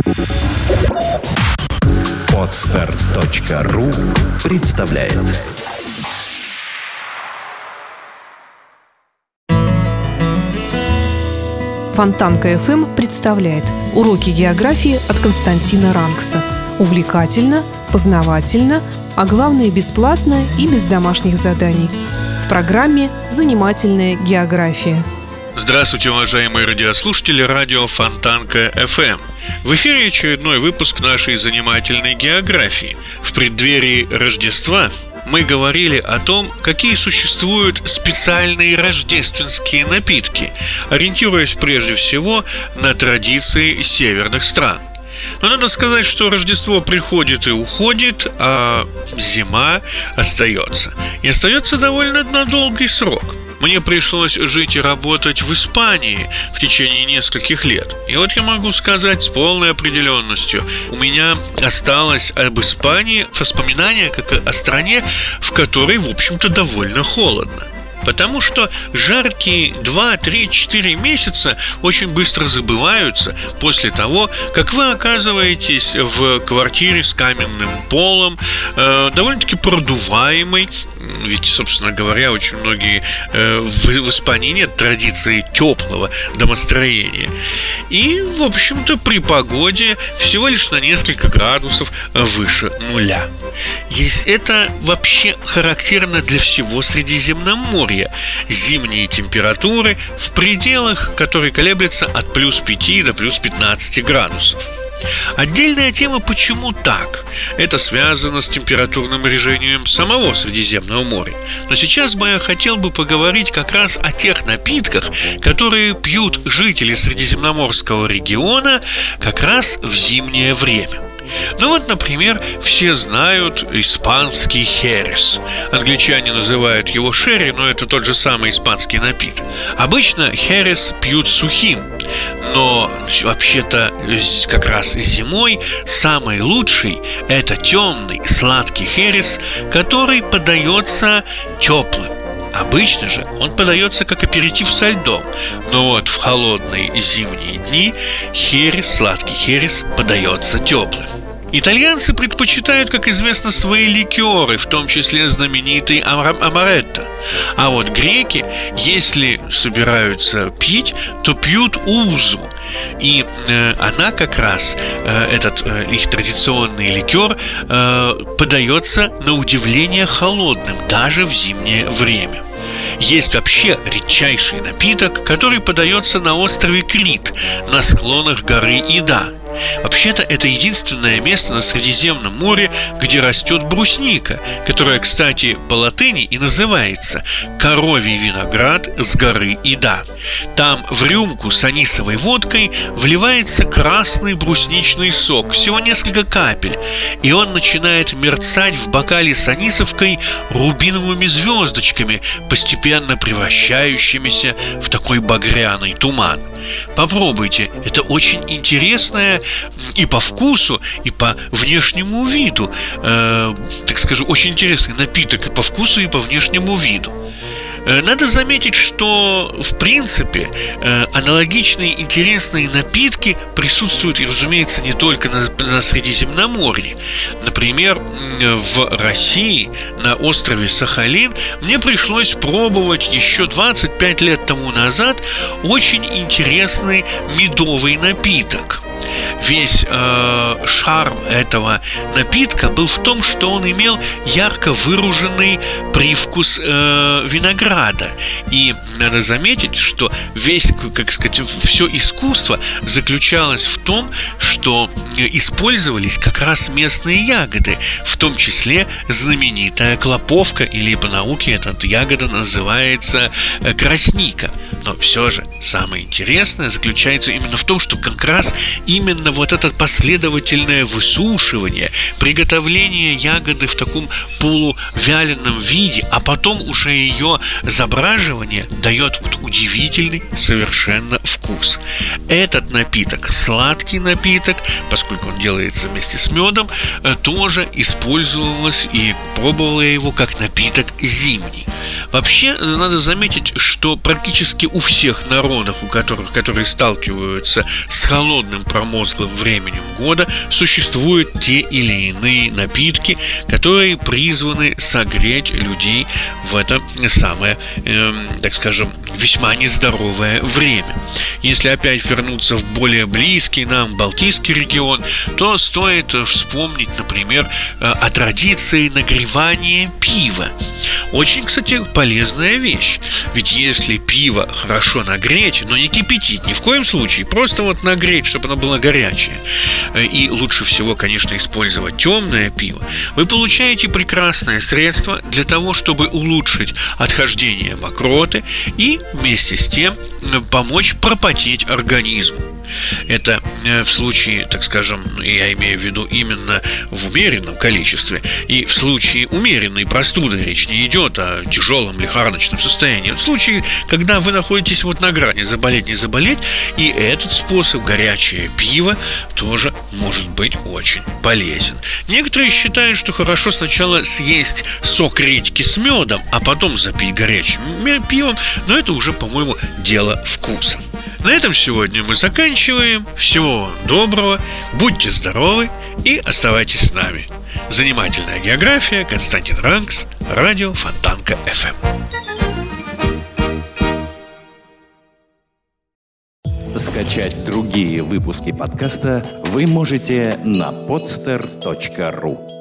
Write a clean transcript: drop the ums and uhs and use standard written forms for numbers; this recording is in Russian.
Podster.ru представляет. Фонтанка ФМ представляет уроки географии от Константина Рангса. Увлекательно, познавательно, а главное бесплатно и без домашних заданий. В программе «Занимательная география». Здравствуйте, уважаемые радиослушатели радио Фонтанка ФМ. В эфире очередной выпуск нашей занимательной географии. В преддверии Рождества мы говорили о том, какие существуют специальные рождественские напитки, ориентируясь прежде всего на традиции северных стран. Но надо сказать, что Рождество приходит и уходит, а зима остается. И остается довольно на долгий срок. Мне пришлось жить и работать в Испании в течение нескольких лет. И вот я могу сказать с полной определенностью: у меня осталось об Испании воспоминания как о стране, в которой, в общем-то, довольно холодно. Потому что жаркие 2, 3, 4 месяца очень быстро забываются после того, как вы оказываетесь в квартире с каменным полом, довольно-таки продуваемой. Ведь, собственно говоря, очень многие в Испании нет традиции теплого домостроения. И, в общем-то, при погоде всего лишь на несколько градусов выше нуля. Это вообще характерно для всего Средиземноморья. Зимние температуры в пределах, которые колеблются от плюс 5 до плюс 15 градусов. Отдельная тема, почему так. Это связано с температурным режимом самого Средиземного моря. Но сейчас я хотел бы поговорить как раз о тех напитках, которые пьют жители Средиземноморского региона как раз в зимнее время. Ну вот, например, все знают испанский херес. Англичане называют его шерри, но это тот же самый испанский напиток. Обычно херес пьют сухим, но вообще-то как раз зимой самый лучший – это темный сладкий херес, который подается теплым. Обычно же он подается как аперитив со льдом, но вот в холодные зимние дни сладкий херес подается теплым. Итальянцы предпочитают, как известно, свои ликеры, в том числе знаменитый амаретто. А вот греки, если собираются пить, то пьют узу. И она как раз, этот их традиционный ликер, подается на удивление холодным, даже в зимнее время. Есть вообще редчайший напиток, который подается на острове Крит, на склонах горы Ида. Вообще-то это единственное место на Средиземном море, где растет брусника, которая, кстати, по латыни и называется коровий виноград с горы Ида. Там в рюмку с анисовой водкой вливается красный брусничный сок, всего несколько капель, и он начинает мерцать в бокале с анисовкой рубиновыми звездочками, постепенно превращающимися в такой багряный туман. Попробуйте, это очень интересное и по вкусу, и по внешнему виду, так скажу, очень интересный напиток и по вкусу, и по внешнему виду. Надо заметить, что, в принципе, аналогичные интересные напитки присутствуют, и, разумеется, не только на Средиземноморье. Например, в России, на острове Сахалин, мне пришлось пробовать еще 25 лет тому назад очень интересный медовый напиток. Весь шарм этого напитка был в том, что он имел ярко выраженный привкус винограда. И надо заметить, что все искусство заключалось в том, что использовались как раз местные ягоды, в том числе знаменитая клоповка, или по науке эта ягода называется красника. Но все же самое интересное заключается именно в том, что как раз именно вот это последовательное высушивание, приготовление ягоды в таком полувяленом виде, а потом уже ее забраживание дает вот удивительный совершенно вкус. Этот напиток, сладкий напиток, поскольку он делается вместе с медом, тоже использовалось и пробовала его как напиток зимний. Вообще, надо заметить, что практически у всех народов, которые сталкиваются с холодным промозглым промозглым временем года существуют те или иные напитки, которые призваны согреть людей в это самое, так скажем, весьма нездоровое время. Если опять вернуться в более близкий нам Балтийский регион, то стоит вспомнить, например, о традиции нагревания пива. Очень, кстати, полезная вещь. Ведь если пиво хорошо нагреть, но не кипятить ни в коем случае, просто вот нагреть, чтобы оно было горячее, и лучше всего, конечно, использовать темное пиво, вы получаете прекрасное средство для того, чтобы улучшить отхождение мокроты и вместе с тем помочь пропотеть организму. Это в случае, так скажем, я имею в виду именно в умеренном количестве. И в случае умеренной простуды речь не идет о тяжелом лихорадочном состоянии. В случае, когда вы находитесь вот на грани заболеть, не заболеть, и этот способ, горячее пиво, тоже может быть очень полезен. Некоторые считают, что хорошо сначала съесть сок редьки с медом, а потом запить горячим пивом, но это уже, по-моему, дело вкуса. На этом сегодня мы заканчиваем. Всего вам доброго, будьте здоровы и оставайтесь с нами. Занимательная география. Константин Ранкс, радио Фонтанка FM. Скачать другие выпуски подкаста вы можете на podster.ru.